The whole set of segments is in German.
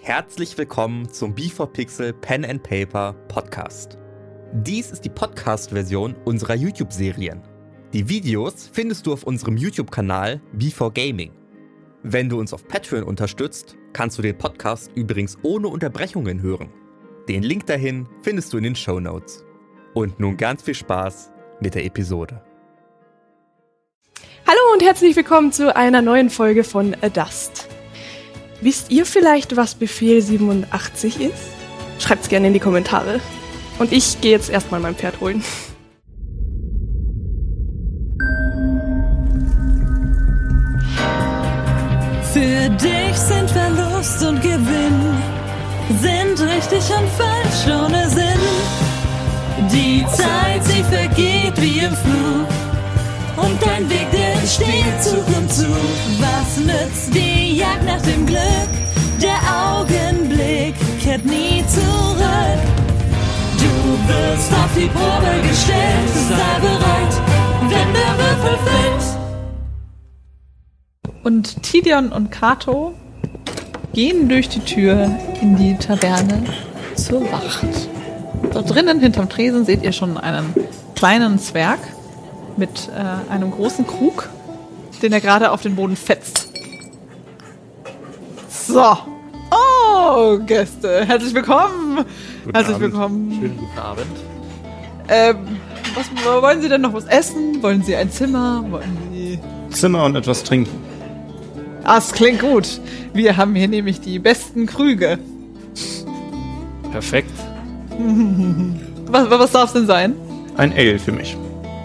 Herzlich willkommen zum B4Pixel Pen and Paper Podcast. Dies ist die Podcast-Version unserer YouTube-Serien. Die Videos findest du auf unserem YouTube-Kanal B4Gaming. Wenn du uns auf Patreon unterstützt, kannst du den Podcast übrigens ohne Unterbrechungen hören. Den Link dahin findest du in den Shownotes. Und nun ganz viel Spaß mit der Episode. Hallo und herzlich willkommen zu einer neuen Folge von Adust. Wisst ihr vielleicht, was Befehl 87 ist? Schreibt's gerne in die Kommentare. Und ich gehe jetzt erstmal mein Pferd holen. Für dich sind Verlust und Gewinn, sind richtig und falsch ohne Sinn. Die Zeit, sie vergeht wie im Flug, und dein Weg, der entsteht Zug um Zug. Was nützt die Jagd nach dem Glück? Der Augenblick kehrt nie zurück. Du wirst auf die Probe gestellt, sei bereit, wenn der Würfel fällt. Und Tidion und Kato gehen durch die Tür in die Taverne zur Wacht. Dort drinnen hinterm Tresen seht ihr schon einen kleinen Zwerg mit einem großen Krug, den er gerade auf den Boden fetzt. So. Oh, Gäste, herzlich willkommen. Herzlich willkommen. Schönen guten Abend. Was wollen Sie denn noch was essen? Wollen Sie ein Zimmer? Wollen Sie... Zimmer und etwas trinken. Das klingt gut. Wir haben hier nämlich die besten Krüge. Perfekt. Was darf es denn sein? Ein Ale für mich.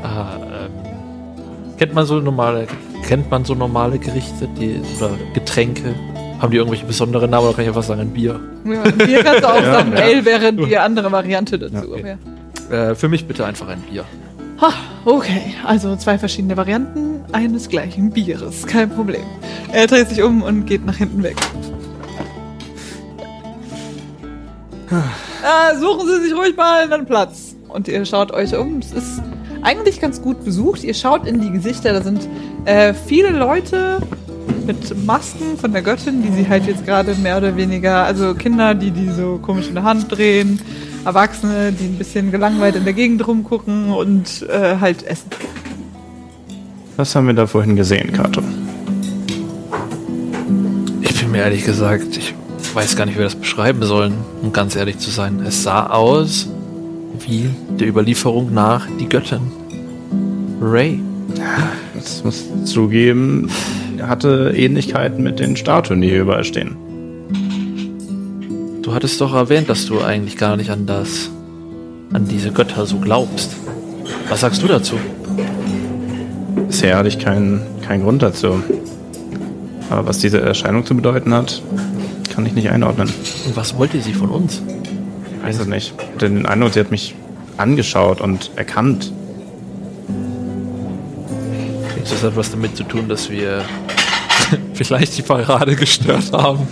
Kennt man so normale Gerichte oder Getränke? Haben die irgendwelche besonderen Namen oder kann ich einfach sagen, ein Bier? Ja, Bier kannst du auch sagen. Ale wäre die andere Variante dazu. Okay. Ja. Für mich bitte einfach ein Bier. Okay, also 2 verschiedene Varianten eines gleichen Bieres. Kein Problem. Er dreht sich um und geht nach hinten weg. Suchen Sie sich ruhig mal einen Platz. Und ihr schaut euch um. Es ist eigentlich ganz gut besucht. Ihr schaut in die Gesichter. Da sind viele Leute mit Masken von der Göttin, die sie halt jetzt gerade mehr oder weniger, also Kinder, die so komisch in der Hand drehen, Erwachsene, die ein bisschen gelangweilt in der Gegend rumgucken und halt essen. Was haben wir da vorhin gesehen, Kato? Ich bin mir ehrlich gesagt, ich weiß gar nicht, wie wir das beschreiben sollen, um ganz ehrlich zu sein. Es sah aus wie der Überlieferung nach die Göttin. Ray. Das muss zugeben, hatte Ähnlichkeiten mit den Statuen, die hier überall stehen. Du hattest doch erwähnt, dass du eigentlich gar nicht an diese Götter so glaubst. Was sagst du dazu? Bisher hatte ich keinen Grund dazu. Aber was diese Erscheinung zu bedeuten hat, kann ich nicht einordnen. Und was wollte sie von uns? Ich weiß es nicht. Ich hatte den Eindruck, sie hat mich angeschaut und erkannt. Das hat was damit zu tun, dass wir vielleicht die Parade gestört haben.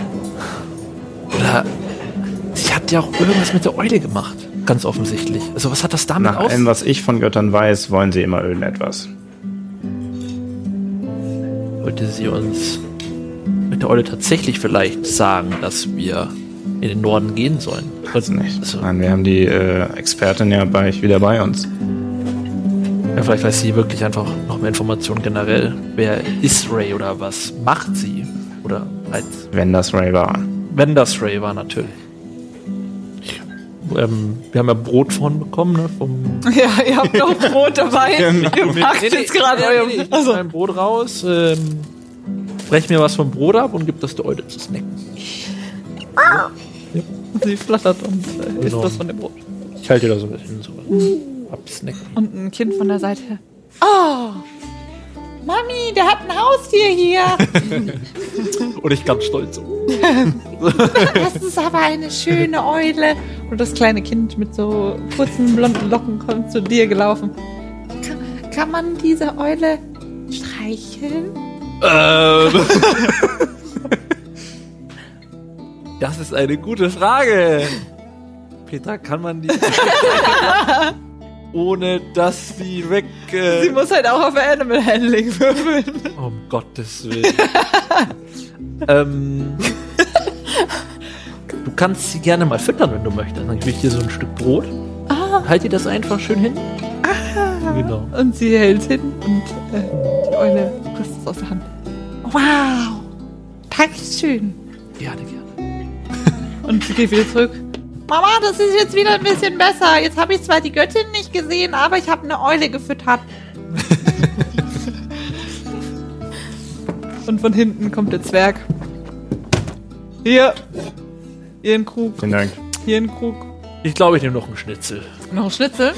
Oder sie hat ja auch irgendwas mit der Eule gemacht. Ganz offensichtlich. Also was hat das damit Nach allem, was ich von Göttern weiß, wollen sie immer irgendetwas. Wollte sie uns mit der Eule tatsächlich vielleicht sagen, dass wir in den Norden gehen sollen? Weiß nicht. Nein, wir haben die Expertin ja wieder bei uns. Ja, vielleicht weiß sie wirklich einfach noch mehr Informationen generell. Wer ist Ray oder was macht sie? Oder halt... Wenn das Ray war. Wenn das Ray war, natürlich. Wir haben ja Brot von bekommen, ne? Ja, ihr habt noch Brot dabei. Ihr macht jetzt gerade euer... Ich nehme mein Brot raus, brech mir was vom Brot ab und gib das der Eule zu snacken. Ja. Sie flattert und isst das von dem Brot. Ich halte da so ein bisschen so absnacken. Und ein Kind von der Seite. Oh, Mami, der hat ein Haustier hier. Und ich ganz stolz so. Das ist aber eine schöne Eule. Und das kleine Kind mit so kurzen blonden Locken kommt zu dir gelaufen. Kann man diese Eule streicheln? Das ist eine gute Frage. Peter, kann man die... ohne dass sie weg... Sie muss halt auch auf Animal Handling würfeln. Um Gottes Willen. kannst sie gerne mal füttern, wenn du möchtest. Dann gebe ich dir so ein Stück Brot. Halt dir das einfach schön hin. Genau. Und sie hält hin und die Eule frisst es aus der Hand. Wow! Dankeschön. Gerne. Und sie geht wieder zurück. Mama, das ist jetzt wieder ein bisschen besser. Jetzt habe ich zwar die Göttin nicht gesehen, aber ich habe eine Eule gefüttert. Und von hinten kommt der Zwerg. Hier ein Krug. Vielen Dank. Hier ein Krug. Ich glaube, ich nehme noch einen Schnitzel. Noch ein Schnitzel?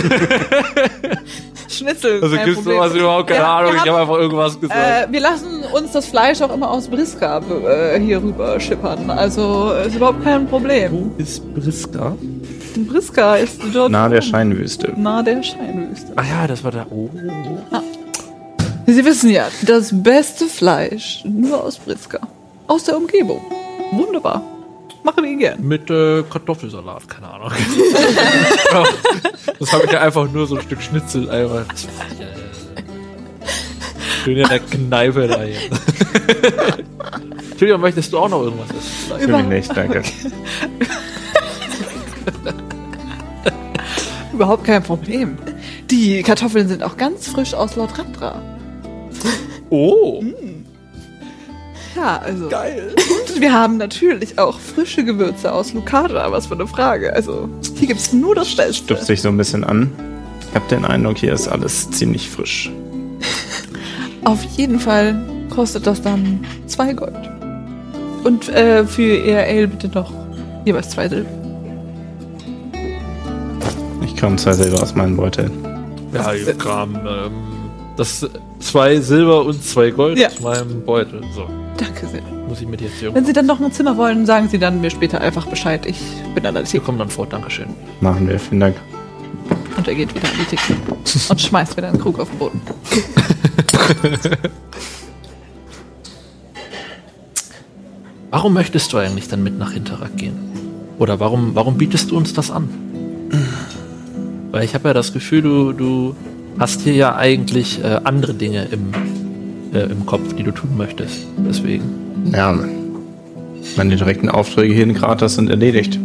Schnitzel. Also kein gibt's Problem. sowas überhaupt keine Ahnung, ich habe einfach irgendwas gesagt. Wir lassen uns das Fleisch auch immer aus Briska hier rüber schippern. Also ist überhaupt kein Problem. Wo ist Briska? Briska ist dort. Nahe der Scheinwüste. Nahe der Scheinwüste. Ah ja, das war da. Oh. Sie wissen ja, das beste Fleisch nur aus Briska. Aus der Umgebung. Wunderbar. Machen wir ihn gern. Mit Kartoffelsalat, keine Ahnung. Das habe ich ja einfach nur so ein Stück Schnitzel einfach. Schön in der Kneipe da hier. Entschuldigung, möchtest du auch noch irgendwas essen? Für mich nicht, danke. Überhaupt kein Problem. Die Kartoffeln sind auch ganz frisch aus Lautrandra. Oh. Ja, also. Geil. Und wir haben natürlich auch frische Gewürze aus Lucada, was für eine Frage. Also, hier gibt's nur das Beste. Stupst sich so ein bisschen an. Ich habe den Eindruck, hier ist alles ziemlich frisch. Auf jeden Fall kostet das dann 2 Gold. Und für ihr Ale bitte noch jeweils 2 Silber. Ich kram 2 Silber aus meinem Beutel. Ja, ich kram das 2 Silber und 2 Gold aus meinem Beutel. So, Danke sehr. muss ich mit jetzt hier. Wenn Sie dann noch ein Zimmer wollen, sagen Sie dann mir später einfach Bescheid. Ich bin dann alles Wir hier. kommen dann fort, Dankeschön. Machen wir, vielen Dank. Und er geht wieder an die Theke und schmeißt wieder einen Krug auf den Boden. Warum möchtest du eigentlich dann mit nach Hinterrack gehen? Oder warum bietest du uns das an? Weil ich habe ja das Gefühl, du hast hier ja eigentlich andere Dinge im Kopf, die du tun möchtest. Deswegen. Ja, meine direkten Aufträge hier in Kratos sind erledigt.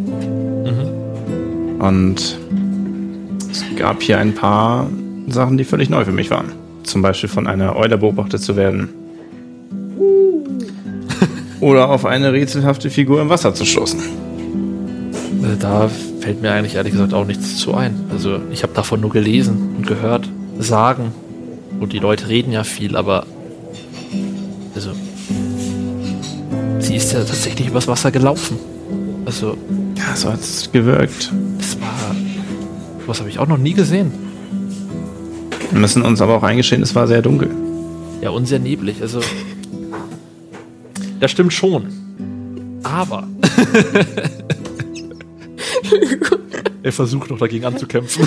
Und es gab hier ein paar Sachen, die völlig neu für mich waren. Zum Beispiel von einer Eule beobachtet zu werden. Oder auf eine rätselhafte Figur im Wasser zu stoßen. Da fällt mir eigentlich ehrlich gesagt auch nichts zu ein. Also ich habe davon nur gelesen und gehört, sagen. Und die Leute reden ja viel, aber also sie ist ja tatsächlich übers Wasser gelaufen. Also Ja, so hat es gewirkt. das war... Was habe ich auch noch nie gesehen. Wir müssen uns aber auch eingestehen, es war sehr dunkel. Ja, und sehr neblig. Also das stimmt schon. Aber er versucht noch dagegen anzukämpfen.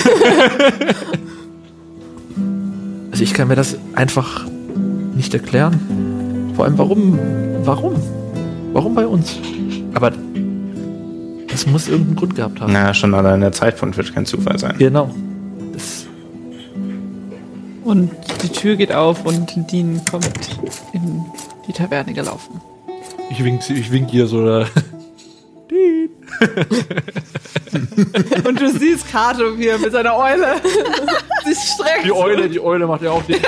Also ich kann mir das einfach nicht erklären. Vor allem warum? Warum bei uns? Aber das muss irgendeinen Grund gehabt haben. Na, schon allein der Zeitpunkt wird kein Zufall sein. Genau. Das, Und die Tür geht auf und Dean kommt in die Taverne gelaufen. ich wink hier so. Und du siehst Kato hier mit seiner Eule. Sie streckt. Die Eule macht ja auch den.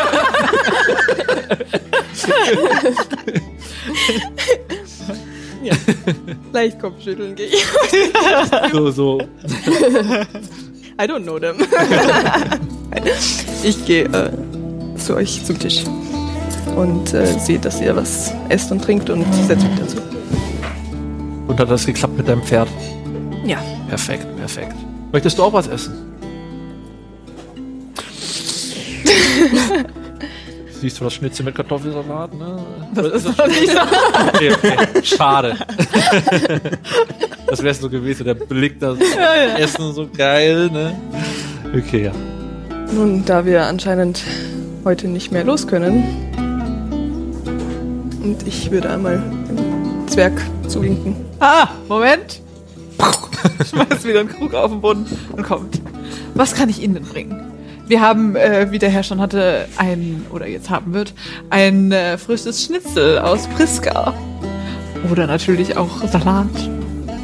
Leicht Kopfschütteln gehe ich. so. I don't know them. Ich gehe zu euch zum Tisch und sehe, dass ihr was esst und trinkt und setze mich dazu. Und hat das geklappt mit deinem Pferd? Ja. Perfekt. Möchtest du auch was essen? Siehst du das Schnitzel mit Kartoffelsalat, ne? Das ist doch nicht so. Okay. Schade. Das wäre so gewesen, der Blick, das Essen so geil, ne? Okay, ja. Nun, da wir anscheinend heute nicht mehr los können und ich würde einmal dem Zwerg zuwinken. Moment. Schmeißt wieder einen Krug auf den Boden und kommt. Was kann ich Ihnen denn bringen? Wir haben, wie der Herr schon hatte, ein frisches Schnitzel aus Priska. Oder natürlich auch Salat.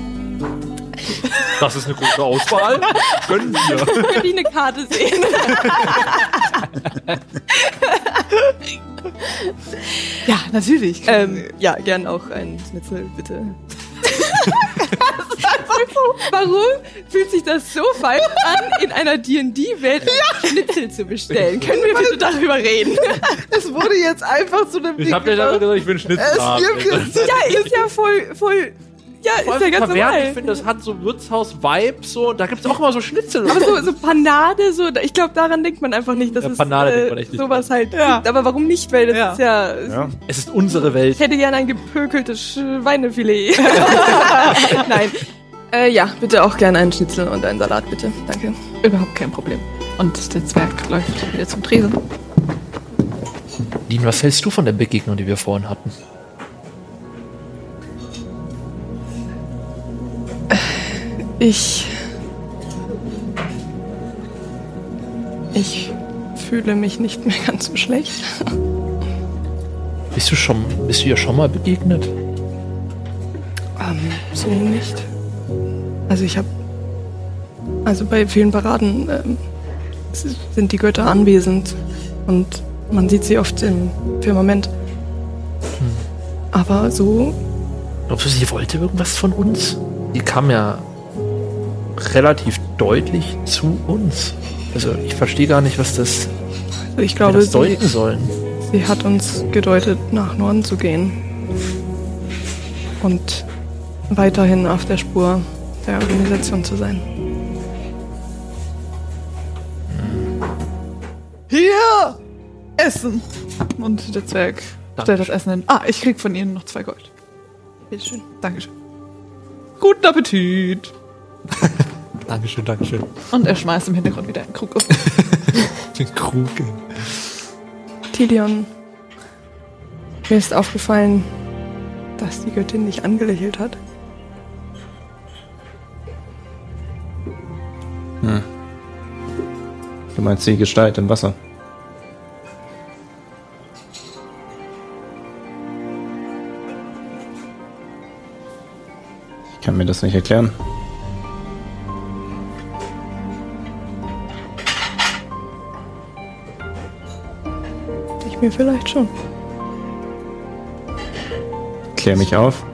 Das ist eine gute Auswahl. Können wir. Will ich eine Karte sehen? Ja, natürlich. Ja, gern auch ein Schnitzel, bitte. Warum fühlt sich das so falsch an, in einer D&D-Welt Schnitzel zu bestellen? Können wir bitte darüber reden? Es wurde jetzt einfach zu einem Ich hab dir aber gesagt, ich will Schnitzel haben. Ja, ist ja voll. Ja, ist ja ganz verwehrt. normal. Ich finde, das hat so Wirtshaus-Vibes. So. Da gibt es auch immer so Schnitzel. Aber so Panade, so, ich glaube, daran denkt man einfach nicht, dass Ja, es Panade denkt man echt nicht sowas halt Ja. gibt. Aber warum nicht? Weil das Ja. ist ja... Ja. Es ist unsere Welt. Ich hätte gerne ein gepökeltes Schweinefilet. Nein. Ja, bitte auch gerne einen Schnitzel und einen Salat, bitte. Danke. Überhaupt kein Problem. Und der Zwerg läuft wieder zum Tresen. Dean, was hältst du von der Begegnung, die wir vorhin hatten? Ich fühle mich nicht mehr ganz so schlecht. Bist du ihr schon mal begegnet? So nicht. Also bei vielen Paraden sind die Götter anwesend und man sieht sie oft im Firmament. Aber so, Glaubst du, sie wollte irgendwas von uns? Die kam ja relativ deutlich zu uns. Also ich verstehe gar nicht, was das, ich wir glaube, das deuten sollen. sie hat uns gedeutet, nach Norden zu gehen. Und weiterhin auf der Spur der Organisation zu sein. Hier! Essen! Und der Zwerg stellt das Essen hin. Ich krieg von Ihnen noch 2 Gold. Bitteschön. Dankeschön. Guten Appetit! Dankeschön, Dankeschön. Und er schmeißt im Hintergrund wieder einen Krug auf. Den Krug. Tilion, mir ist aufgefallen, dass die Göttin dich angelächelt hat. Du meinst die Gestalt im Wasser? Ich kann mir das nicht erklären. Ich mir vielleicht schon. Klär mich auf.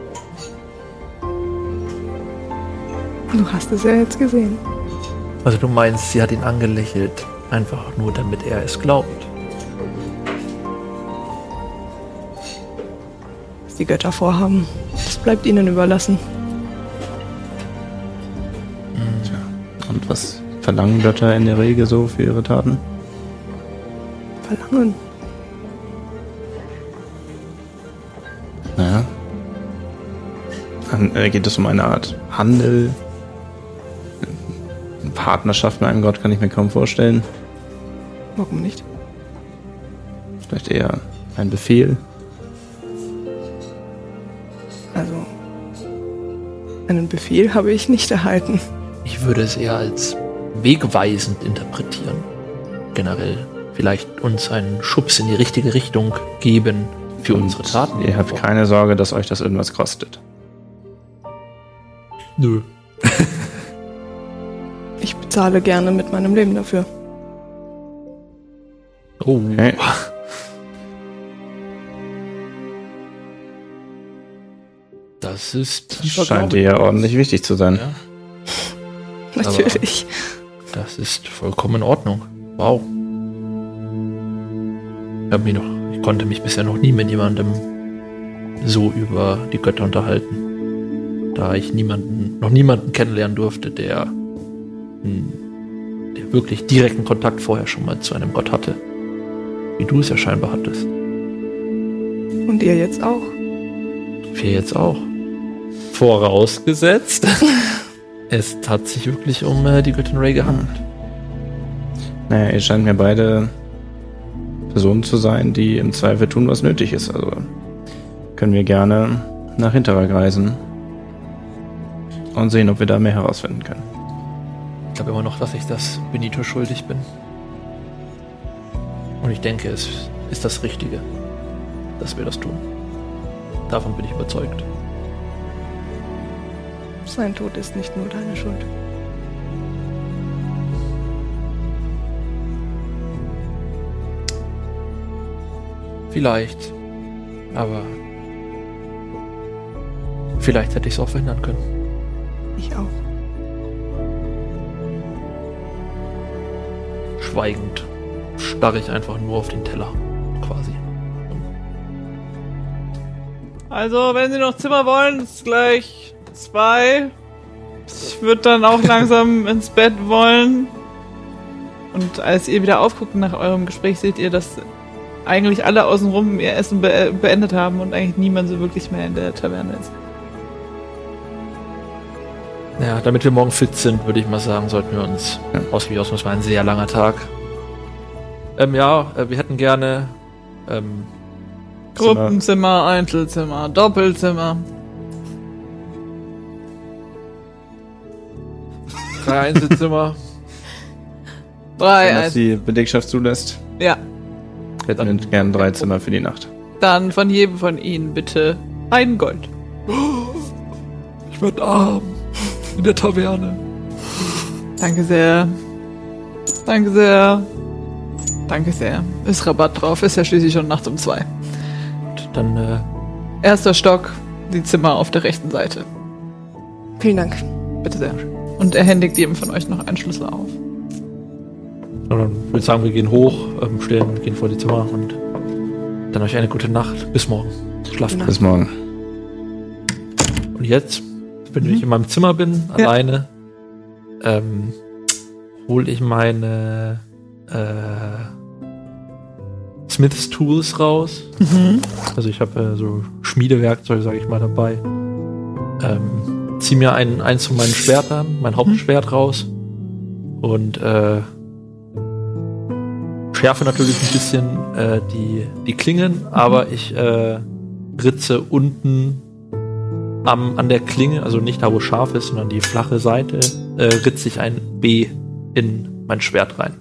Du hast es ja jetzt gesehen. Also du meinst, sie hat ihn angelächelt, einfach nur damit er es glaubt. Was die Götter vorhaben, das bleibt ihnen überlassen. Und was verlangen Götter in der Regel so für ihre Taten? Verlangen. Naja. Dann geht es um eine Art Handel. Eine Partnerschaft mit einem Gott kann ich mir kaum vorstellen. Warum nicht? Vielleicht eher ein Befehl. Also, einen Befehl habe ich nicht erhalten. Ich würde es eher als wegweisend interpretieren. Generell vielleicht uns einen Schubs in die richtige Richtung geben für unsere Taten. Ihr habt keine Sorge, dass euch das irgendwas kostet. Nö. Ich bezahle gerne mit meinem Leben dafür. Oh. Okay. Das ist Scheint dir ja ordentlich wichtig zu sein. Ja, Natürlich. das ist vollkommen in Ordnung. Wow. Ich konnte mich bisher noch nie mit jemandem so über die Götter unterhalten. Da ich noch niemanden kennenlernen durfte, der wirklich direkten Kontakt vorher schon mal zu einem Gott hatte. Wie du es ja scheinbar hattest. Und ihr jetzt auch. Wir jetzt auch. Vorausgesetzt, es hat sich wirklich um die Göttin Ray gehandelt. Naja, ihr scheint mir beide Personen zu sein, die im Zweifel tun, was nötig ist. Also können wir gerne nach Hinterwald reisen und sehen, ob wir da mehr herausfinden können. Ich glaube immer noch, dass ich das Benito schuldig bin. Und ich denke, es ist das Richtige, dass wir das tun. Davon bin ich überzeugt. Sein Tod ist nicht nur deine Schuld. Vielleicht. Aber vielleicht hätte ich es auch verhindern können. Ich auch. Schweigend starre ich einfach nur auf den Teller, quasi. Also, wenn Sie noch Zimmer wollen, ist gleich 2. Ich würde dann auch langsam ins Bett wollen. Und als ihr wieder aufguckt nach eurem Gespräch, seht ihr, dass eigentlich alle außenrum ihr Essen beendet haben und eigentlich niemand so wirklich mehr in der Taverne ist. Ja, damit wir morgen fit sind, würde ich mal sagen, sollten wir uns aus wie aus, es war ein sehr langer Tag. Wir hätten gerne Gruppenzimmer, Einzelzimmer, Doppelzimmer. 3 Einzelzimmer. 3 Wenn das die Belegschaft zulässt, Ja, hätten wir gern 3 Zimmer für die Nacht. dann von jedem von Ihnen bitte ein Gold. Ich werde arm. In der Taverne. Danke sehr. Danke sehr. Danke sehr. Ist Rabatt drauf, ist ja schließlich schon nachts um 2. Und dann, 1. Stock, die Zimmer auf der rechten Seite. Vielen Dank. Bitte sehr. Und er händigt jedem von euch noch einen Schlüssel auf. dann würde ich sagen, wir gehen hoch, gehen vor die Zimmer und dann euch eine gute Nacht. Bis morgen. Schlaft gut. Bis morgen. Und jetzt, wenn ich in meinem Zimmer bin, alleine, hole ich meine Smith's Tools raus. Also ich habe so Schmiedewerkzeuge, sage ich mal, dabei. Zieh mir eins von meinen Schwertern, mein Hauptschwert raus und schärfe natürlich ein bisschen die Klingen, aber ich ritze unten an der Klinge, also nicht da, wo scharf ist, sondern die flache Seite, ritze ich ein B in mein Schwert rein.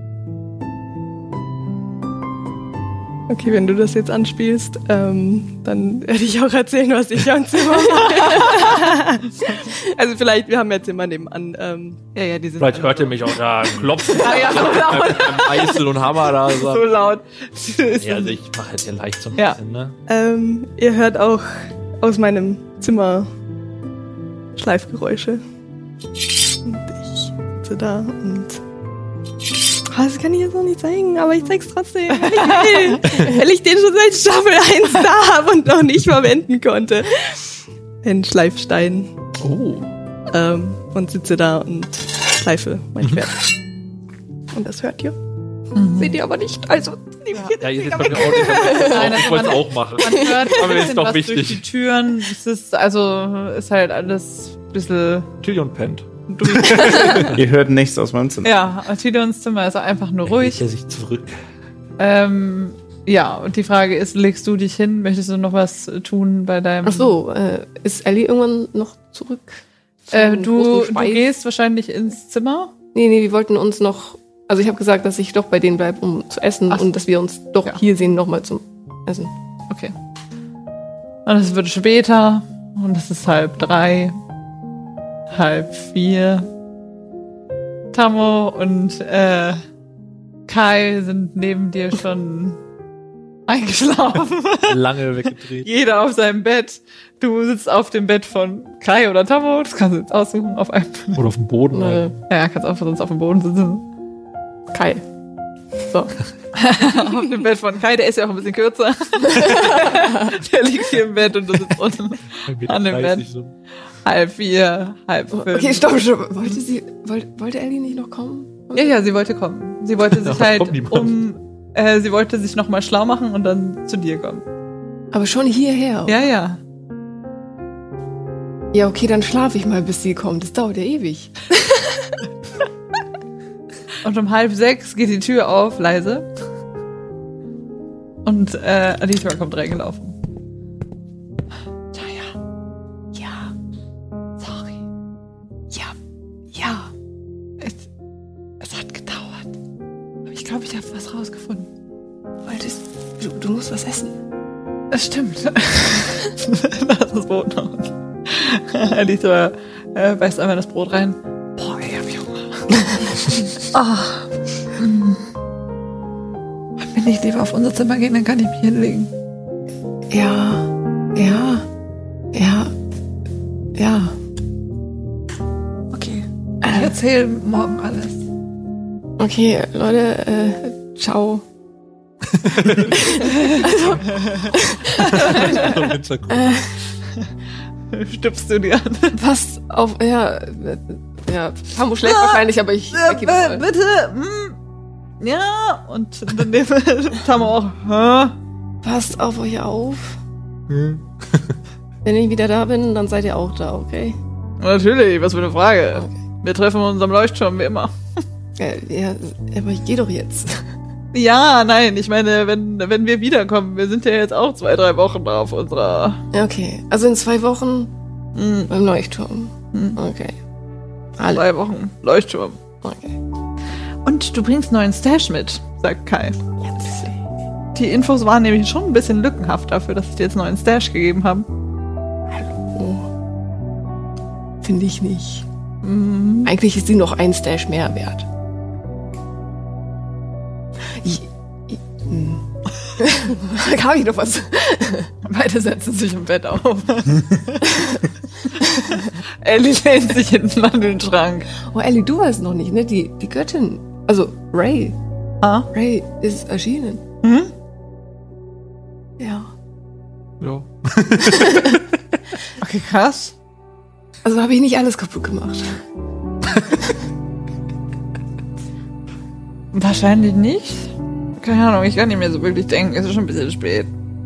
Okay, wenn du das jetzt anspielst, dann werde ich auch erzählen, was ich am Zimmer mache. Also vielleicht, wir haben ja Zimmer nebenan. Ja, die sind Vielleicht hört ihr mich auch da klopfen. ja, so laut. Eißel und Hammer da. So laut. Ja, also ich mache jetzt ja leicht so ein bisschen, ne? Ihr hört auch aus meinem Zimmer Schleifgeräusche. Und ich sitze da und das kann ich jetzt noch nicht zeigen, aber ich zeig's trotzdem, weil ich den schon seit Staffel 1 da habe und noch nicht verwenden konnte. Ein Schleifstein. Oh. Und sitze da und schleife mein Schwert. Und das hört ihr. Seht ihr aber nicht, also Ja, ihr seht bei mir auch nicht. Nein, Ich wollte es auch machen. Man hört Aber ein ist bisschen doch was wichtig. durch die Türen. Es ist halt alles ein bisschen Tyrion pennt. durch. Ihr hört nichts aus meinem Zimmer. Ja, Tyrions Zimmer ist einfach nur ruhig. Er sich zurück. Ja, und die Frage ist, legst du dich hin? Möchtest du noch was tun bei deinem... Ach so, ist Ellie irgendwann noch zurück? Du gehst wahrscheinlich ins Zimmer? Nee, wir wollten uns noch... Also ich habe gesagt, dass ich doch bei denen bleibe, um zu essen und dass wir uns doch hier sehen, nochmal zum Essen. Okay. Und es wird später und es ist 2:30, 3:30. Tammo und Kai sind neben dir schon eingeschlafen. Lange weggedreht. Jeder auf seinem Bett. Du sitzt auf dem Bett von Kai oder Tammo. Das kannst du jetzt aussuchen. Auf einem. Oder auf dem Boden. Ja, kannst auch sonst auf dem Boden sitzen. Kai. So. Auf dem Bett von Kai, der ist ja auch ein bisschen kürzer. Der liegt hier im Bett und du sitzt unten an dem Bett. So. 3:30, 4:30. Okay, stopp. Wollte Ellie nicht noch kommen? Ja, sie wollte kommen. Sie wollte sich halt Kommt niemand. sie wollte sich nochmal schlau machen und dann zu dir kommen. Aber schon hierher. Ja. Ja, okay, dann schlafe ich mal, bis sie kommt. Das dauert ja ewig. Und um 5:30 geht die Tür auf, leise. Und Alitra kommt reingelaufen. Ja. Sorry. Ja. Es hat gedauert. Aber ich glaube, ich habe was rausgefunden. Du musst was essen. Das stimmt. Das ist das Brot noch. Alitra beißt einmal das Brot rein. Boah, ey, hab ich Hunger. Wenn ich lieber auf unser Zimmer gehen, dann kann ich mich hinlegen. Ja. Okay. Ich erzähle morgen alles. Okay, Leute, ciao. Stüpfst du dir an? Passt auf, ja, Tammo schläft wahrscheinlich, aber ich weck ihn mal. Bitte, ja, und dann nehmen Tammo auch, Passt auf euch auf. Wenn ich wieder da bin, dann seid ihr auch da, okay? Natürlich, was für eine Frage. Okay. Wir treffen uns am Leuchtturm, wie immer. Ja, aber ich geh doch jetzt. Ja, nein, ich meine, wenn wir wiederkommen, wir sind ja jetzt auch 2-3 Wochen auf unserer... Okay, also in 2 Wochen beim Leuchtturm. Okay. 2 Wochen Leuchtturm. Okay. Und du bringst neuen Stash mit, sagt Kai. Die Infos waren nämlich schon ein bisschen lückenhaft dafür, dass ich dir jetzt neuen Stash gegeben habe. Oh. Finde ich nicht. Eigentlich ist sie noch ein Stash mehr wert. Da habe ich noch was. Beide setzen sich im Bett auf. Ellie lehnt sich hinten an den Schrank. Oh, Ellie, du weißt noch nicht, ne? Die Göttin. Also, Ray. Ah? Ray ist erschienen. Ja. Ja. Okay, krass. Also habe ich nicht alles kaputt gemacht. Wahrscheinlich nicht. Keine Ahnung, ich kann nicht mehr so wirklich denken. Es ist schon ein bisschen spät.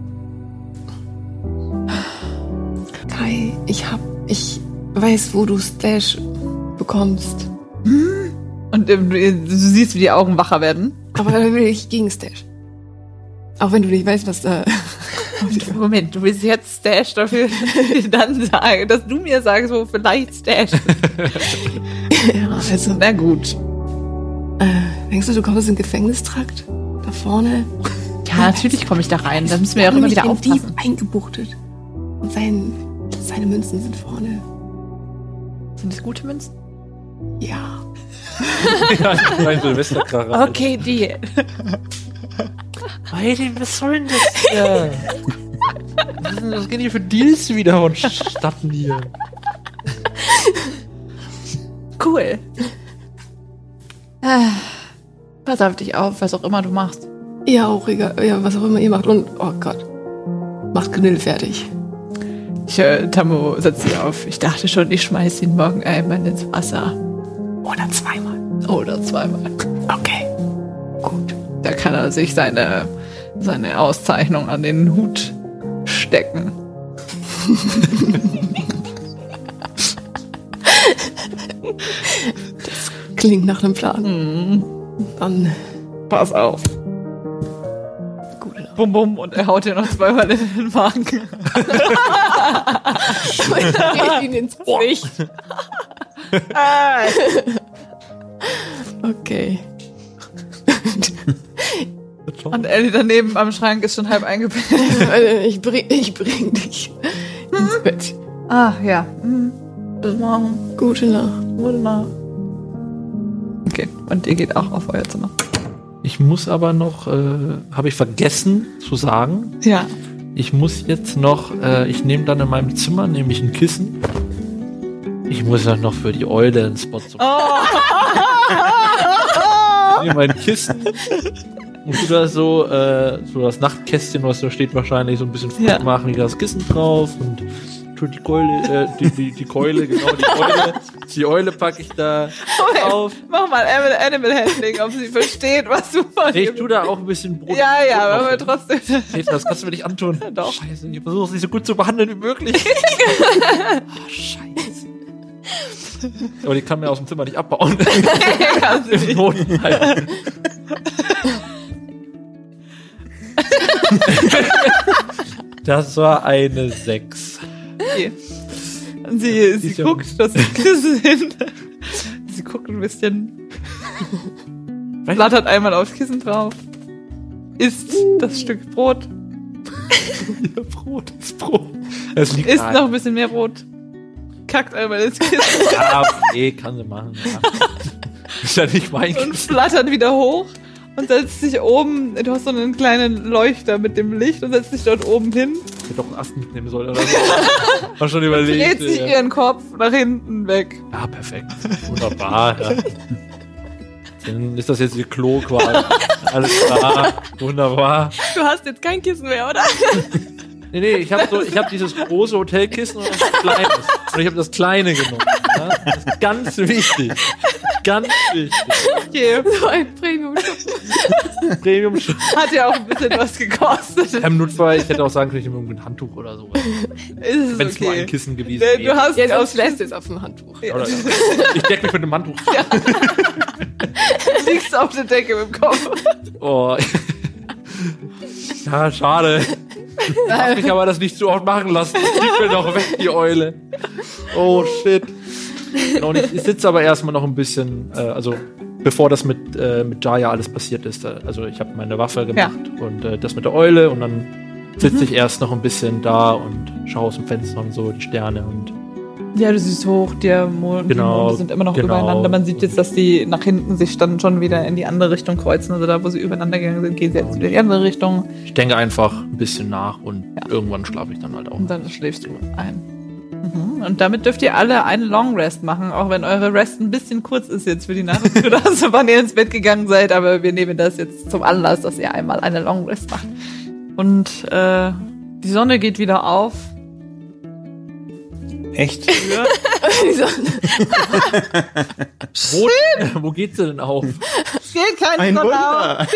Kai, ich weiß, wo du Stash bekommst. Und du siehst, wie die Augen wacher werden. Aber dann will ich gegen Stash. Auch wenn du nicht weißt, was da... Moment, du willst jetzt Stash dafür dann sagen, dass du mir sagst, wo vielleicht Stash ist. Ja, also... Na gut. Denkst du kommst in den Gefängnistrakt? Da vorne? Ja, natürlich komme ich da rein. Da müssen wir ja auch immer wieder aufpassen. Dieb eingebuchtet. Und seine Münzen sind vorne. Sind das gute Münzen? Ja. Ja, mein Silvesterkracher. Okay, Deal. Heidi, was soll denn das hier? Was gehen hier für Deals wieder vonstatten hier? Cool. Pass auf dich auf, was auch immer du machst. Ja, auch egal. Ja, was auch immer ihr macht. Und, oh Gott. Macht Grill fertig. Tammo setzt sich auf. Ich dachte schon, ich schmeiß ihn morgen einmal ins Wasser. Oder zweimal. Okay. Gut. Da kann er sich seine Auszeichnung an den Hut stecken. Das klingt nach einem Plan. Dann pass auf. Gute Nacht. Bum bum und er haut dir noch 2-mal in den Magen. Ich ihn ins Gesicht. Okay. Und Ellie daneben am Schrank ist schon halb eingepennt. Ich bring dich ins Bett. Ach ja. Bis morgen. Gute Nacht. Gute Nacht. Okay, und ihr geht auch auf euer Zimmer. Ich muss aber noch, habe ich vergessen zu sagen. Ja. Ich muss jetzt noch, ich nehme dann in meinem Zimmer nämlich ein Kissen. Ich muss ja noch für die Eule einen Spot suchen. Ich nehme mein Kissen und tu da so das Nachtkästchen, was da steht, wahrscheinlich so ein bisschen flott machen, wie das Kissen drauf und tu die Keule, die Keule, genau, die Eule packe ich da auf. Mach mal Animal Handling, ob sie versteht, was du von Ich tu da auch ein bisschen Brot. Ja, aber trotzdem. Das kannst du mir nicht antun. Doch. Scheiße, ich versuche es nicht so gut zu behandeln wie möglich. Scheiße. Aber die kann mir aus dem Zimmer nicht abbauen. Kann sie nicht. Notfall. Das war eine 6. Okay. Und sie guckt das Kissen hin. Sie guckt ein bisschen. Flattert einmal aufs Kissen drauf. Isst das Stück Brot. Ja, Brot ist Brot. Es liegt Isst noch ein bisschen mehr Brot. kackt einmal ins Kissen Ja, okay, kann sie machen. Ja. Ist ja nicht mein und flattert wieder hoch und setzt sich oben, du hast so einen kleinen Leuchter mit dem Licht und setzt dich dort oben hin. Ich hätte doch einen Ast mitnehmen sollen oder so. War schon überlegt. Dreht sich ihren Kopf nach hinten weg. Ja, perfekt. Wunderbar. Ja. Dann ist das jetzt die Klo quasi. Alles klar. Wunderbar. Du hast jetzt kein Kissen mehr, oder? Nee, ich hab dieses große Hotelkissen und das kleine. Und ich habe das kleine genommen. Ja? Das ist ganz wichtig. Ganz wichtig. Okay. So ein Premium. Premium Hat ja auch ein bisschen was gekostet. im Notfall, ich hätte auch sagen können, ich nehme irgendwie ein Handtuch oder so. Ist Wenn es nur ein okay. Kissen gewesen Du wäre. hast Jetzt aus aus lässt es auf dem Handtuch. Oder, ich decke mich mit einem Handtuch. liegst auf der Decke mit dem Kopf. Oh. Ja, schade. Ich hab mich aber das nicht so oft machen lassen. Ich bin doch weg, die Eule. Oh, shit. Genau, und ich sitze aber erstmal noch ein bisschen, also bevor das mit Jaya alles passiert ist. Also ich habe meine Waffe gemacht und das mit der Eule und dann sitze ich erst noch ein bisschen da und schaue aus dem Fenster und so die Sterne und Ja, du siehst hoch, die Monde sind immer noch genau. übereinander. Man sieht jetzt, dass die nach hinten sich dann schon wieder in die andere Richtung kreuzen. Also da, wo sie übereinander gegangen sind, gehen sie jetzt wieder in die andere Richtung. ich denke einfach ein bisschen nach und irgendwann schlafe ich dann halt auch. Und dann schläfst du ein. Und damit dürft ihr alle einen Long Rest machen, auch wenn eure Rest ein bisschen kurz ist jetzt für die Nacht, wann ihr ins Bett gegangen seid. Aber wir nehmen das jetzt zum Anlass, dass ihr einmal eine Long Rest macht. Und die Sonne geht wieder auf. Echt? Wo geht's denn auf? Es geht keine Ein Sonne Wunder. auf.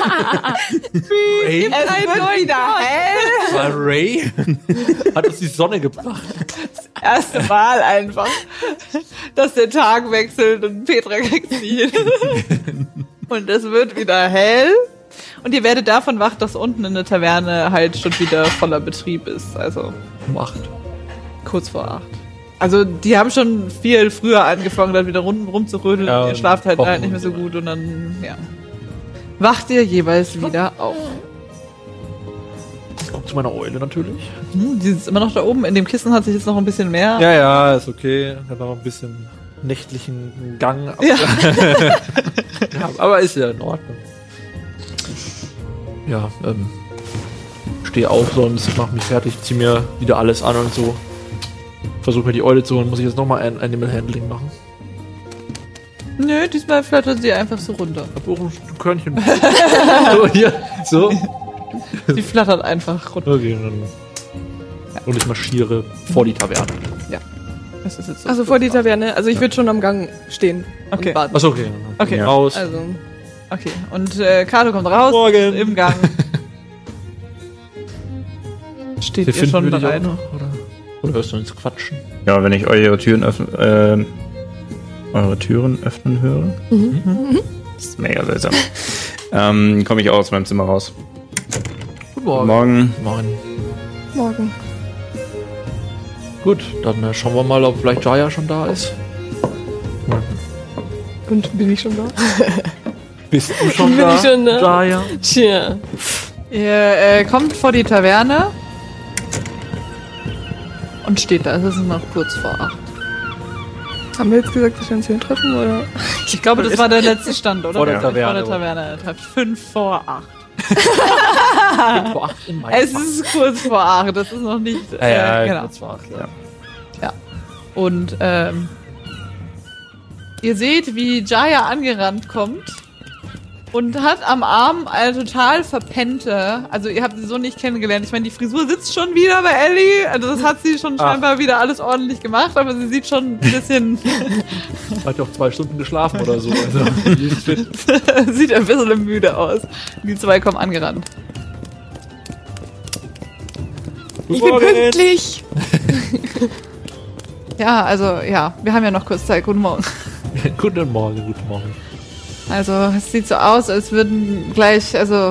Ray? Es wird wieder hell. War Ray? Hat uns die Sonne gebracht. Erste Mal einfach, dass der Tag wechselt und Petra kriegt sie hin. Und es wird wieder hell. Und ihr werdet davon wach, dass unten in der Taverne halt schon wieder voller Betrieb ist. Also Um 8. kurz vor 8. Also die haben schon viel früher angefangen, dann wieder rumzurödeln. Ja, Ihr schlaft halt kochen nicht mehr so und so gut und dann, ja. Wacht ihr jeweils wieder auf. Ich komme zu meiner Eule natürlich. Die ist immer noch da oben. In dem Kissen hat sich jetzt noch ein bisschen mehr. Ja, ist okay. Ich habe noch ein bisschen nächtlichen Gang. Ja. Ja, aber ist ja in Ordnung. Ja, stehe auf sonst, mach mich fertig, zieh mir wieder alles an und so. Versuch mir die Eule zu holen. Muss ich jetzt nochmal ein Animal Handling machen? Nö, diesmal flattert sie einfach so runter. Hab auch ein Körnchen. So, hier. So. Sie flattert einfach runter. Okay, und ich marschiere vor die Taverne. Das ist jetzt so Also vor die Taverne. Also ich würde schon am Gang stehen Okay. und warten. Achso, okay. Okay. Raus. Also Okay, und Kato kommt raus. Morgen. Im Gang. Steht ihr schon würde ich auch bereit? noch, oder hörst du uns quatschen? Ja, wenn ich eure Türen öffnen höre. Das ist mega seltsam. Komme ich auch aus meinem Zimmer raus. Guten Morgen. Morgen. Morgen. morgen. Gut, dann schauen wir mal, ob vielleicht Jaya schon da ist. Und bin ich schon da? Bist du schon Bin da, ich schon da? Jaya? Tja. Ihr kommt vor die Taverne und steht da. Es ist noch kurz vor 8. Haben wir jetzt gesagt, dass wir uns hier treffen, oder? Ich glaube, das war der letzte Stand, oder? Vor der Vor Taverne. der Taverne. 5 vor 8. Vor 8 in Mai. Es ist kurz vor 8. Das ist noch nicht... genau. das war klar. Und ihr seht, wie Jaya angerannt kommt und hat am Arm eine total verpennte, also ihr habt sie so nicht kennengelernt. Ich meine, die Frisur sitzt schon wieder bei Ellie, also das hat sie schon scheinbar wieder alles ordentlich gemacht, aber sie sieht schon ein bisschen, Hat ja auch 2 Stunden geschlafen oder so. Also, die ist fit. sieht ein bisschen müde aus. Die zwei kommen angerannt. Ich bin pünktlich. Ja, also ja, wir haben ja noch kurz Zeit. Guten Morgen. Guten Morgen, guten Morgen. Also es sieht so aus, als würden gleich, also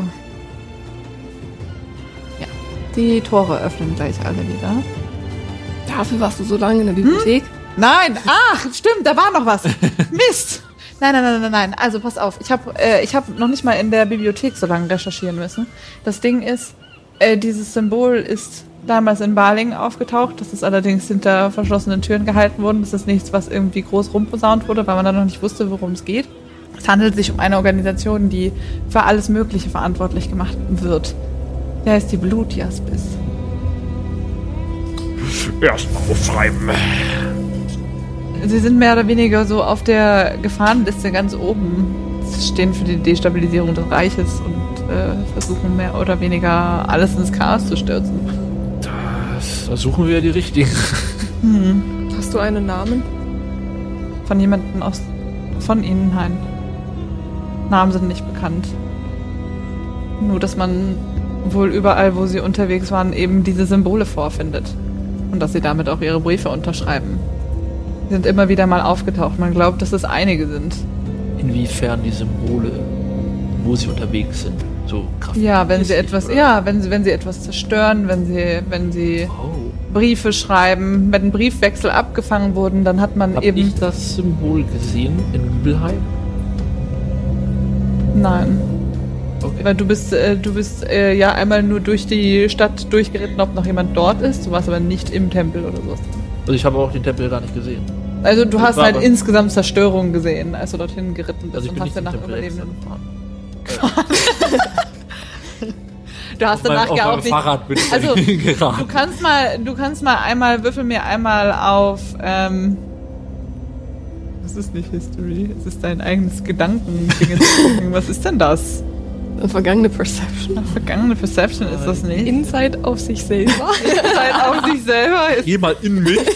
ja, die Tore öffnen gleich alle wieder. Dafür warst du so lange in der Bibliothek. Nein, ach, stimmt, da war noch was. Mist. Nein. Also pass auf, ich hab noch nicht mal in der Bibliothek so lange recherchieren müssen. Das Ding ist, dieses Symbol ist damals in Balingen aufgetaucht. Das ist allerdings hinter verschlossenen Türen gehalten worden. Das ist nichts, was irgendwie groß rumposaunt wurde, weil man dann noch nicht wusste, worum es geht. Es handelt sich um eine Organisation, die für alles Mögliche verantwortlich gemacht wird. Der heißt die Blutjaspis. Erstmal aufschreiben. Sie sind mehr oder weniger so auf der Gefahrenliste ganz oben. Sie stehen für die Destabilisierung des Reiches und versuchen mehr oder weniger alles ins Chaos zu stürzen. Da suchen wir die richtigen. Hast du einen Namen? Von jemandem von ihnen, nein. Namen sind nicht bekannt. Nur, dass man wohl überall, wo sie unterwegs waren, eben diese Symbole vorfindet. Und dass sie damit auch ihre Briefe unterschreiben. Sie sind immer wieder mal aufgetaucht. Man glaubt, dass es einige sind. Inwiefern die Symbole, wo sie unterwegs sind, so kraftmäßig? Ja, wenn sie etwas, wenn sie etwas zerstören, wenn sie Briefe schreiben, wenn Briefwechsel abgefangen wurden, dann hat man Hab eben. ich das Symbol gesehen in Übelheim? Nein. Okay. Weil du bist ja einmal nur durch die Stadt durchgeritten, ob noch jemand dort ist. Du warst aber nicht im Tempel oder sowas. Also ich habe auch den Tempel gar nicht gesehen. Also du hast war halt aber- insgesamt Zerstörungen gesehen, als du dorthin geritten bist Also ich und bin hast nicht zum danach Tempel Überlebenden. gefahren. Du hast danach auf ja auch meinem nicht. Fahrrad bin ich Also, dahin geraten. Du kannst mal einmal, würfel mir einmal auf, das ist nicht History, es ist dein eigenes Gedankending zu gucken. Was ist denn das? Vergangene Perception. Vergangene Perception ist das nicht. Insight auf sich selber. Insight auf sich selber ist. Geh mal in mich.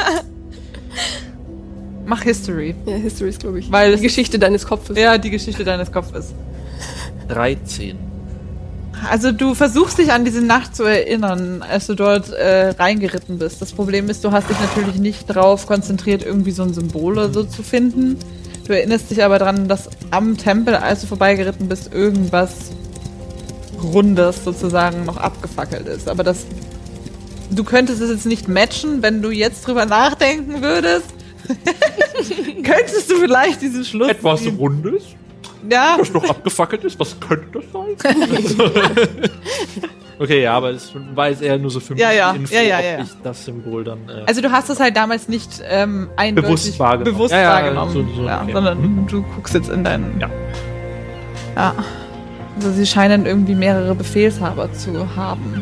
Mach History. Ja, History ist, glaube ich, Weil die es- Geschichte deines Kopfes. Ja, die Geschichte deines Kopfes. 13. Also du versuchst dich an diese Nacht zu erinnern, als du dort reingeritten bist. Das Problem ist, du hast dich natürlich nicht drauf konzentriert, irgendwie so ein Symbol oder so zu finden. Du erinnerst dich aber daran, dass am Tempel, als du vorbeigeritten bist, irgendwas Rundes sozusagen noch abgefackelt ist. Aber du könntest es jetzt nicht matchen, wenn du jetzt drüber nachdenken würdest. Könntest du vielleicht diesen Schluss Etwas ziehen? Rundes, Ja, das noch abgefackelt ist. Was könnte das sein? Okay, ja, aber es war jetzt eher nur so für mich Ja, ja. die Info, Ja, ja, ob ja. ich das Symbol dann also du hast es halt damals nicht eindeutig Bewusst wahrgenommen. bewusst Ja, ja, wahrgenommen, so, okay. sondern du guckst jetzt in deinen... Ja. Ja. Also sie scheinen irgendwie mehrere Befehlshaber zu haben.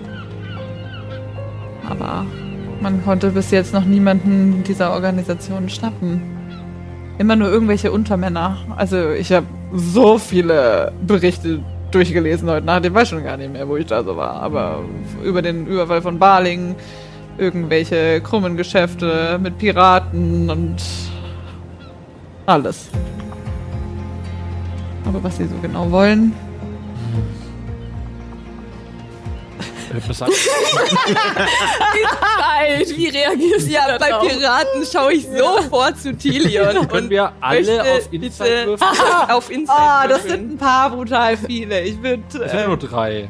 Aber man konnte bis jetzt noch niemanden dieser Organisation schnappen. Immer nur irgendwelche Untermänner. Also ich habe so viele Berichte durchgelesen heute Nacht. Ich weiß schon gar nicht mehr, wo ich da so war. Aber über den Überfall von Balingen, irgendwelche krummen Geschäfte mit Piraten und alles. Aber was sie so genau wollen... Zeit, wie reagierst du? Ja, bei Piraten schaue ich sofort zu Tilion. Können wir alle auf Insight würfeln? Auf Insight. Ah, das würfeln. sind ein paar brutal viele. Ich würde... Es sind ja nur 3.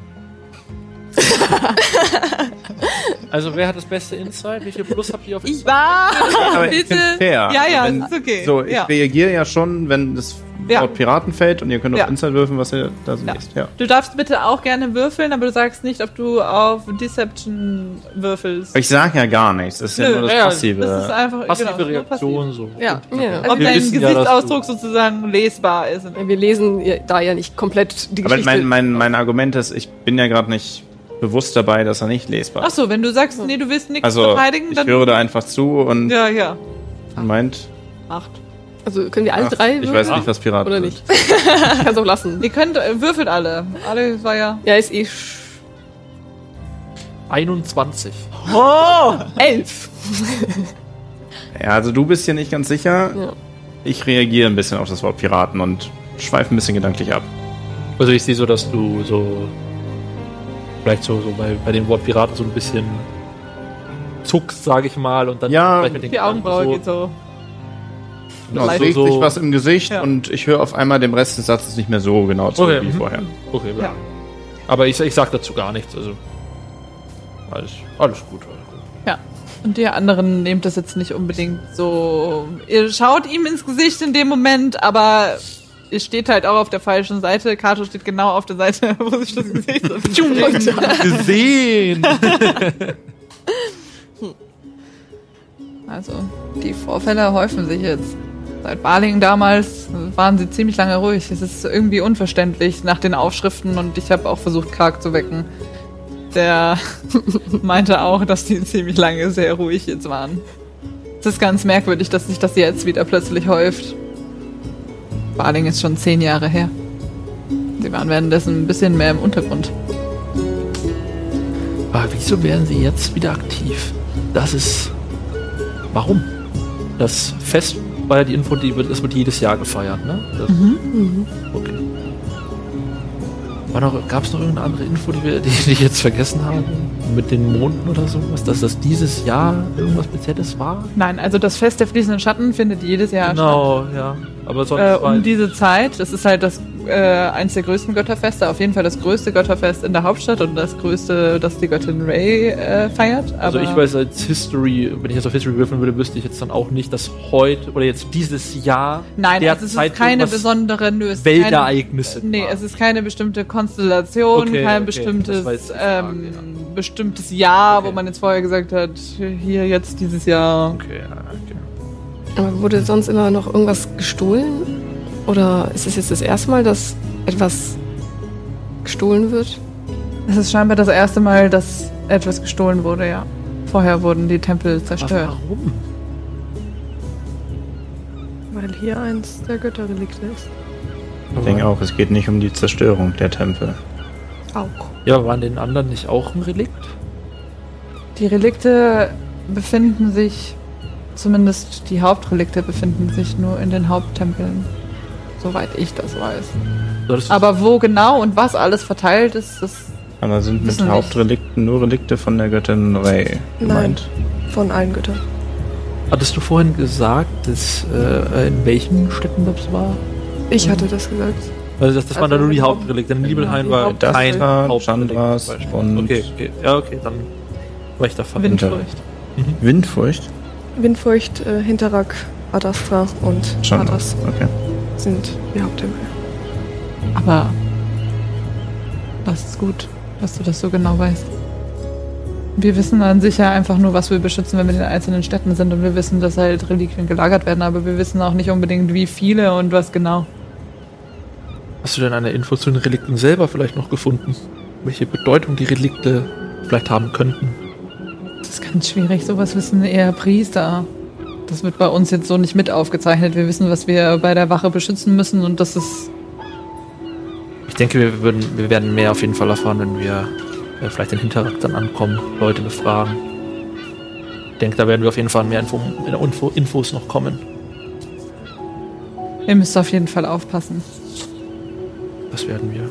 Also wer hat das beste Insight? Wie viel Plus habt ihr auf Insight? Aber ich bitte. find's fair. Ja, ja, Wenn- ist okay. So, ich ja. reagiere ja schon, wenn das Ja. Wort Piraten fällt und ihr könnt auf Ja. Insight würfeln, was ihr da so Ja. lest. Ja. Du darfst bitte auch gerne würfeln, aber du sagst nicht, ob du auf Deception würfelst. Ich sag ja gar nichts, das ist ja Nö, nur das ja, Passive. Das ist einfach Passive genau, nur Reaktion so. Ja, ja. Ob Wir dein wissen ja, dass Gesichtsausdruck sozusagen lesbar ist. Wir lesen ja da ja nicht komplett die Aber Geschichte. mein Argument ist, ich bin ja gerade nicht bewusst dabei, dass er nicht lesbar ist. Achso, wenn du sagst, nee, du willst nichts Also, verteidigen, ich dann... höre da einfach zu und Ja. meint, 8. Also können wir alle ach, drei ich weiß nicht, was Piraten oder sind. nicht? Kannst auch lassen. Ihr könnt, würfelt alle. Alle war ja... Ja, ist eh 21. 11. Ja, also du bist hier nicht ganz sicher. Ja. Ich reagiere ein bisschen auf das Wort Piraten und schweife ein bisschen gedanklich ab. Also ich sehe so, dass du so vielleicht so bei dem Wort Piraten so ein bisschen zuckst, sage ich mal, und dann Ja, vielleicht mit den Die Augenbraue geht so... Genau, es Leicht regt so- sich was im Gesicht Ja. und ich höre auf einmal dem Rest des Satzes nicht mehr so genau zu Okay, wie mhm. vorher. Okay, ja. Ja. Aber ich sag dazu gar nichts, also alles gut. Ja. Und die anderen nehmt das jetzt nicht unbedingt so... Ihr schaut ihm ins Gesicht in dem Moment, aber ihr steht halt auch auf der falschen Seite. Kato steht genau auf der Seite, wo sich das Gesicht Gesehen! Also, die Vorfälle häufen sich jetzt. Seit Balingen damals waren sie ziemlich lange ruhig. Es ist irgendwie unverständlich nach den Aufschriften und ich habe auch versucht, Karg zu wecken. Der meinte auch, dass die ziemlich lange sehr ruhig jetzt waren. Es ist ganz merkwürdig, dass sich das jetzt wieder plötzlich häuft. Balingen ist schon 10 Jahre her. Sie waren währenddessen ein bisschen mehr im Untergrund. Aber wieso werden sie jetzt wieder aktiv? Das ist... Warum? Das Fest war ja die Info, das wird jedes Jahr gefeiert, ne? Okay. Gab es noch irgendeine andere Info, die ich jetzt vergessen habe? Mit den Monden oder sowas? Dass das dieses Jahr irgendwas Spezielles war? Nein, also das Fest der fließenden Schatten findet jedes Jahr statt. Genau, ja. Aber sonst um diese Zeit, das ist halt eins der größten Götterfeste, auf jeden Fall das größte Götterfest in der Hauptstadt und das größte, das die Göttin Ray feiert. Also ich weiß als History, wenn ich jetzt auf History würfeln würde, wüsste ich jetzt dann auch nicht, dass heute oder jetzt dieses Jahr Nein, also es ist keine besondere Weltereignisse. Es ist keine bestimmte Konstellation, kein bestimmtes bestimmtes Jahr, wo man jetzt vorher gesagt hat, hier jetzt dieses Jahr. Okay. Aber wurde sonst immer noch irgendwas gestohlen? Oder ist es jetzt das erste Mal, dass etwas gestohlen wird? Es ist scheinbar das erste Mal, dass etwas gestohlen wurde, ja. Vorher wurden die Tempel zerstört. Aber warum? Weil hier eins der Götterrelikte ist. Ich denke auch, es geht nicht um die Zerstörung der Tempel. Auch. Ja, waren den anderen nicht auch ein Relikt? Die Relikte befinden sich, zumindest die Hauptrelikte befinden sich nur in den Haupttempeln. Soweit ich das weiß. Aber wo genau und was alles verteilt ist, das... Aber sind mit Hauptrelikten nur Relikte von der Göttin Ray gemeint? Nein, von allen Göttern. Hattest du vorhin gesagt, dass, in welchen Städten das war? Ich hatte das gesagt. Also das waren dann nur die Hauptrelikte. In Nibelheim war kein Hauptrelikt. Okay. Ja, okay, dann war ich davon. Windfurcht. Windfurcht? Windfurcht, Hinterrack, Adastra und Hadas sind die Haupttempel. Aber das ist gut, dass du das so genau weißt. Wir wissen an sich ja einfach nur, was wir beschützen, wenn wir in den einzelnen Städten sind. Und wir wissen, dass halt Reliquien gelagert werden, aber wir wissen auch nicht unbedingt, wie viele und was genau. Hast du denn eine Info zu den Relikten selber vielleicht noch gefunden? Welche Bedeutung die Relikte vielleicht haben könnten? Das ist ganz schwierig, sowas wissen eher Priester. Das wird bei uns jetzt so nicht mit aufgezeichnet. Wir wissen, was wir bei der Wache beschützen müssen und das ist... Ich denke, wir werden mehr auf jeden Fall erfahren, wenn wir vielleicht in Hinterrack dann ankommen, Leute befragen. Ich denke, da werden wir auf jeden Fall mehr Infos noch kommen. Ihr müsst auf jeden Fall aufpassen. Das werden wir.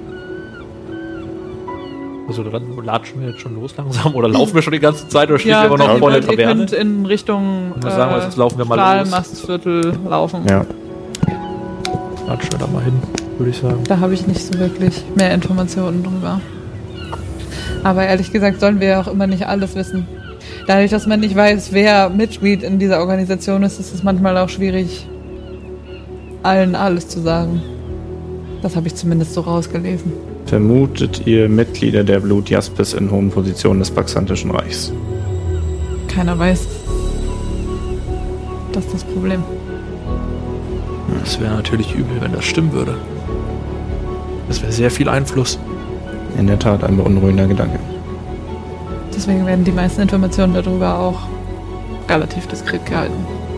Also dann latschen wir jetzt schon los langsam oder laufen wir schon die ganze Zeit oder stehen wir immer noch vor der Taverne? Ihr könnt in Richtung jetzt laufen wir mal Stahlmastviertel laufen. Ja. Latschen wir da mal hin, würde ich sagen. Da habe ich nicht so wirklich mehr Informationen drüber. Aber ehrlich gesagt sollen wir auch immer nicht alles wissen. Dadurch, dass man nicht weiß, wer Mitglied in dieser Organisation ist, ist es manchmal auch schwierig, allen alles zu sagen. Das habe ich zumindest so rausgelesen. Vermutet ihr Mitglieder der Blut Jaspis in hohen Positionen des Baxantischen Reichs? Keiner weiß. Das ist das Problem. Das wäre natürlich übel, wenn das stimmen würde. Das wäre sehr viel Einfluss. In der Tat ein beunruhigender Gedanke. Deswegen werden die meisten Informationen darüber auch relativ diskret gehalten.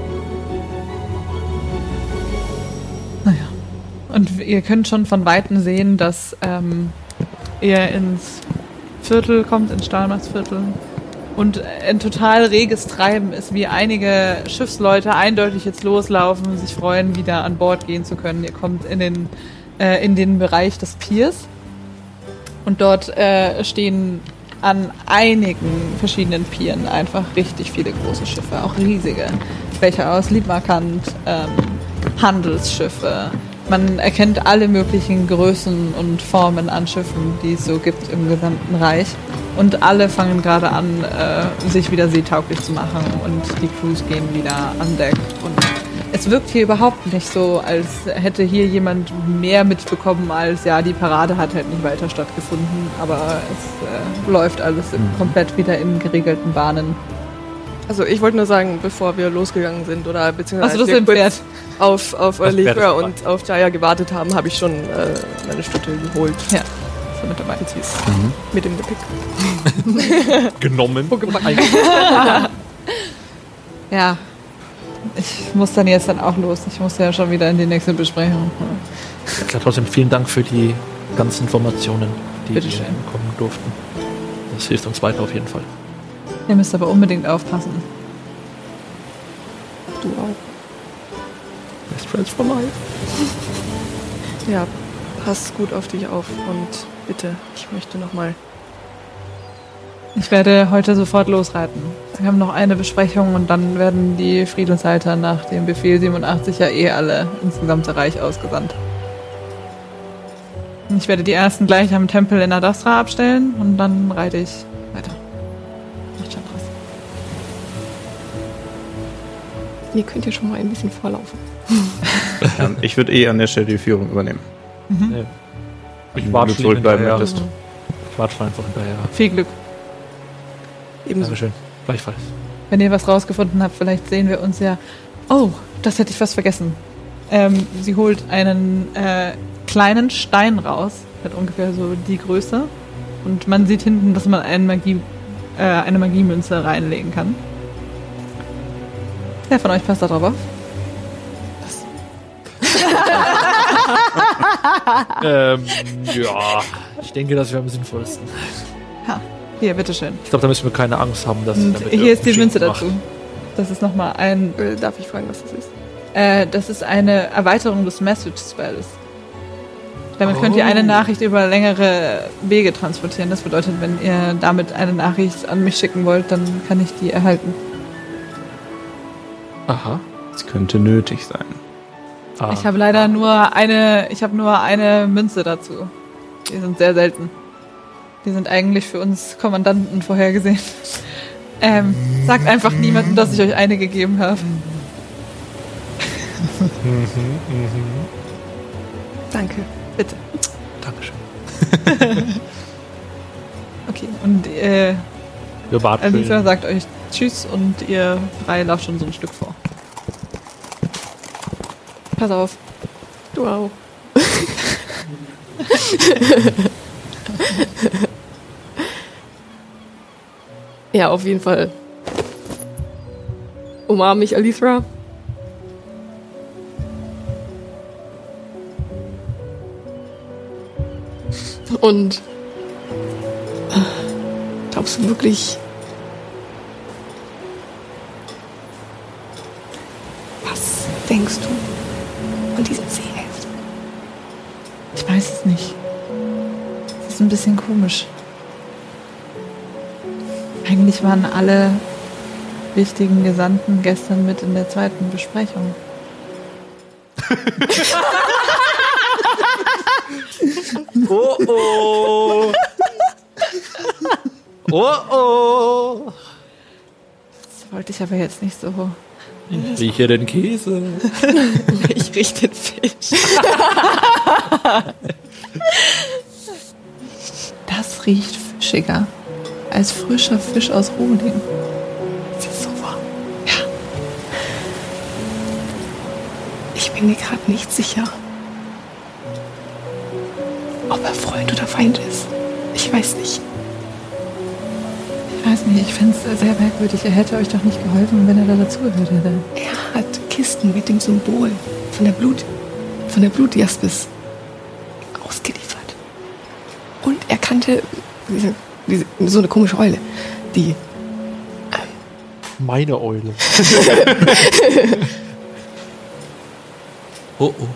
Naja. Und ihr könnt schon von Weitem sehen, dass ihr ins Viertel kommt, ins Stahlmastviertel. Und ein total reges Treiben ist, wie einige Schiffsleute eindeutig jetzt loslaufen, sich freuen, wieder an Bord gehen zu können. Ihr kommt in den Bereich des Piers. Und dort stehen an einigen verschiedenen Pieren einfach richtig viele große Schiffe, auch riesige. Welche aus Liebmarkant, Handelsschiffe. Man erkennt alle möglichen Größen und Formen an Schiffen, die es so gibt im gesamten Reich. Und alle fangen gerade an, sich wieder seetauglich zu machen. Und die Crews gehen wieder an Deck. Und es wirkt hier überhaupt nicht so, als hätte hier jemand mehr mitbekommen als, ja, die Parade hat halt nicht weiter stattgefunden, aber es läuft alles komplett wieder in geregelten Bahnen. Also ich wollte nur sagen, bevor wir losgegangen sind oder beziehungsweise das wir im Pferd. auf Pferd Alethra ist und auf Jaya gewartet haben, habe ich schon meine Stütte geholt. Ja, so mit dabei. Mit dem Gepäck. Genommen. Ja, ich muss dann jetzt auch los. Ich muss ja schon wieder in die nächste Besprechung. Ja, klar, trotzdem vielen Dank für die ganzen Informationen, die wir Bitteschön. bekommen durften. Das hilft uns weiter auf jeden Fall. Ihr müsst aber unbedingt aufpassen. Du auch. Best Friends for Life. Ja, pass gut auf dich auf und bitte, ich möchte nochmal. Ich werde heute sofort losreiten. Wir haben noch eine Besprechung und dann werden die Friedenshalter nach dem Befehl 87 ja alle ins gesamte Reich ausgesandt. Ich werde die ersten gleich am Tempel in Adastra abstellen und dann reite ich weiter. Nach Chandras. Ihr könnt ja schon mal ein bisschen vorlaufen. Ich würde an der Stelle die Führung übernehmen. Ich Wenn warte du zurückbleiben hinterher. möchtest. Ich warte einfach hinterher. Viel Glück. Ebenso. Dankeschön. Gleichfalls. Wenn ihr was rausgefunden habt, vielleicht sehen wir uns ja... Oh, das hätte ich fast vergessen. Sie holt einen kleinen Stein raus, hat ungefähr so die Größe. Und man sieht hinten, dass man eine Magiemünze reinlegen kann. Wer von euch passt da drauf auf? Ja, ich denke, das wäre am sinnvollsten. Ha, hier, bitteschön. Ich glaube, da müssen wir keine Angst haben, dass Und damit hier ist die irgendein Münze Schick dazu. Das ist nochmal ein... Darf ich fragen, was das ist? Das ist eine Erweiterung des Message Spells. Damit könnt ihr eine Nachricht über längere Wege transportieren. Das bedeutet, wenn ihr damit eine Nachricht an mich schicken wollt, dann kann ich die erhalten. Aha. Es könnte nötig sein. Ah. Ich habe leider nur eine Münze dazu. Die sind sehr selten. Die sind eigentlich für uns Kommandanten vorhergesehen. Sagt einfach niemandem, dass ich euch eine gegeben habe. Danke, bitte. Dankeschön. Okay, und Wir warten. Alisa sagt euch Tschüss und ihr drei lauft schon so ein Stück vor. Pass auf. Du auch. Ja, auf jeden Fall. Umarm mich, Alethra. Und glaubst du wirklich, was denkst du von diesen Seehälften? Ich weiß es nicht. Es ist ein bisschen komisch. Eigentlich waren alle wichtigen Gesandten gestern mit in der zweiten Besprechung. Oh oh. Oh oh. Das wollte ich aber jetzt nicht so. Ich rieche den Käse. Ich richte den Fisch. Das riecht fischiger als frischer Fisch aus Roding. Das ist so warm. Ja. Ich bin mir gerade nicht sicher, ob er Freund oder Feind ist. Ich weiß nicht. Ich weiß nicht, ich fände es sehr merkwürdig. Er hätte euch doch nicht geholfen, wenn er da dazugehört hätte. Er hat Kisten mit dem Symbol von der Blutjaspis ausgeliefert. Und er kannte so eine komische Eule, die Meine Eule. Oh oh.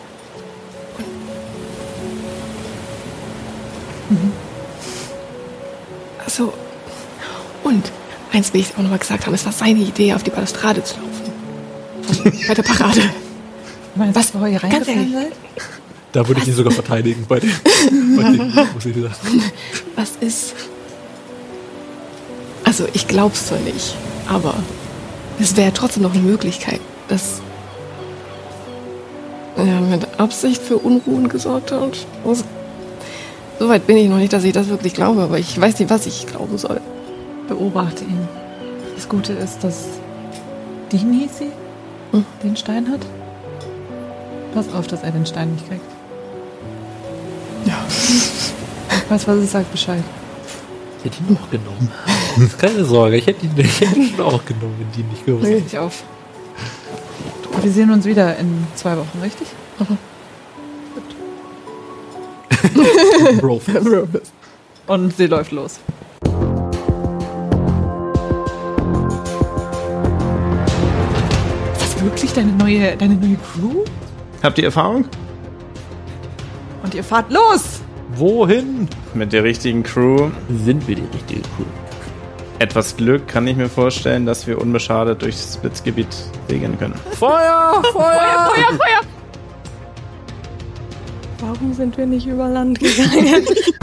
also und eins will ich auch noch mal gesagt haben, es war seine Idee, auf die Balustrade zu laufen. Bei der Parade. Meinst du, wo ihr Ganz reingefallen ehrlich. seid? Da würde ich ihn sogar verteidigen bei dem. Muss ich sagen. Was ist? Also ich glaub's zwar nicht, aber es wäre trotzdem noch eine Möglichkeit, dass mit Absicht für Unruhen gesorgt hat. So weit bin ich noch nicht, dass ich das wirklich glaube, aber ich weiß nicht, was ich glauben soll. Beobachte ihn. Das Gute ist, dass Dinesi den Stein hat. Pass auf, dass er den Stein nicht kriegt. Ja. Ich weiß, was es sagt, Bescheid. Ich hätte ihn auch genommen. Keine Sorge, ich hätte ihn auch genommen, wenn die nicht gewusst Reg dich auf. Wir sehen uns wieder in 2 Wochen, richtig? Brofist. Und sie läuft los. Was, wirklich deine neue Crew? Habt ihr Erfahrung? Und ihr fahrt los! Wohin Mit der richtigen Crew. sind wir die richtige Crew? Etwas Glück kann ich mir vorstellen, dass wir unbeschadet durchs Blitzgebiet segeln können. Feuer! Feuer! Warum sind wir nicht über Land gegangen?